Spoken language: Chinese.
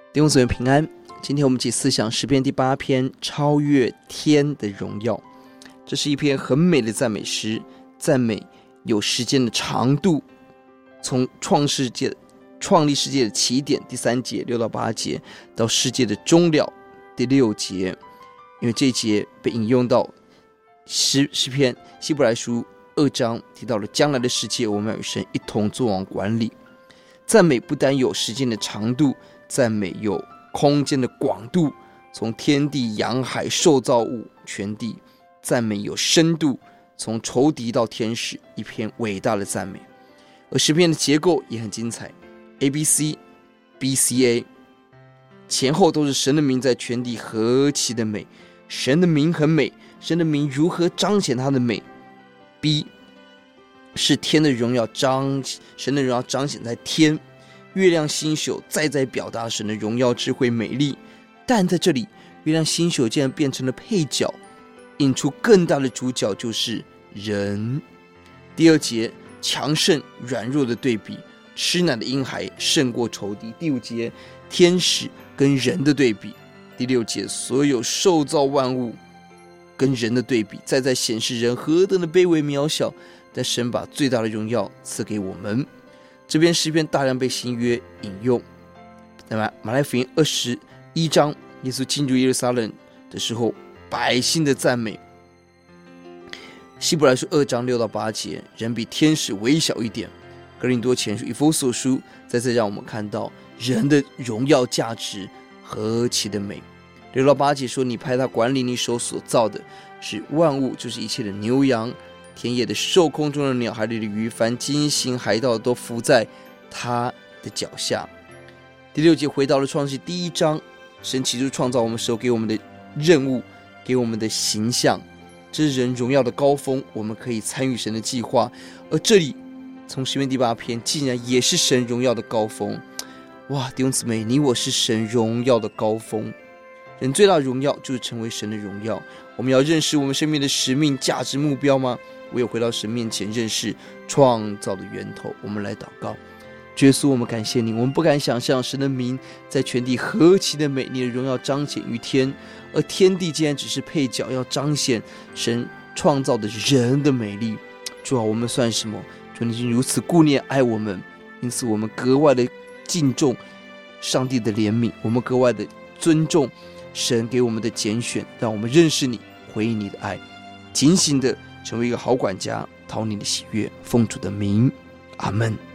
弟兄姊妹平安，今天我们一起思想诗篇第8篇，超越天的荣耀。这是一篇很美的赞美诗，赞美有时间的长度，从创立世界的起点第3节6到8节，到世界的终了第6节。因为这一节被引用到诗篇希伯来书2章，提到了将来的世界我们要与神一同作王管理。赞美不单有时间的长度，赞美有空间的广度，从天地洋海受造物全地。赞美有深度，从仇敌到天使，一篇伟大的赞美。而诗篇的结构也很精彩， ABC、BCA 前后都是神的名在全地何其的美，神的名很美，神的名如何彰显他的美。 B 是天的荣耀，神的荣耀彰显在天，月亮星宿再表达神的荣耀智慧美丽。但在这里月亮星宿竟然变成了配角，引出更大的主角，就是人。第2节强盛软弱的对比，吃奶的婴孩胜过仇敌。第5节天使跟人的对比。第6节所有受造万物跟人的对比，再显示人何等的卑微渺小，但神把最大的荣耀赐给我们。这篇诗篇大量被新约引用。那么马太福音21章，耶稣进入耶路撒冷的时候，百姓的赞美。希伯来书2章6到8节，人比天使微小一点。哥林多前书、以弗所书再次让我们看到人的荣耀价值何其的美。6到8节说，你派他管理你手所造的，是万物，就是一切的牛羊、田野的兽、空中的鸟、海里的鱼，凡经行海道都伏在他的脚下。第6节回到了创世第1章，神起初创造我们时候给我们的任务，给我们的形象，这是人荣耀的高峰，我们可以参与神的计划。而这里从诗篇第8篇竟然也是神荣耀的高峰。哇，弟兄姊妹，你我是神荣耀的高峰。人最大的荣耀就是成为神的荣耀。我们要认识我们生命的使命、价值、目标吗？唯有回到神面前，认识创造的源头。我们来祷告。主耶稣，我们感谢你，我们不敢想象神的名在全地何其的美，你的荣耀彰显于天，而天地竟然只是配角，要彰显神创造的人的美丽。主啊，我们算什么？主，你已经如此顾念爱我们，因此我们格外的敬重上帝的怜悯，我们格外的尊重神给我们的拣选，让我们认识你，回应你的爱，警醒的成为一个好管家，讨你的喜悦。奉主的名，阿们。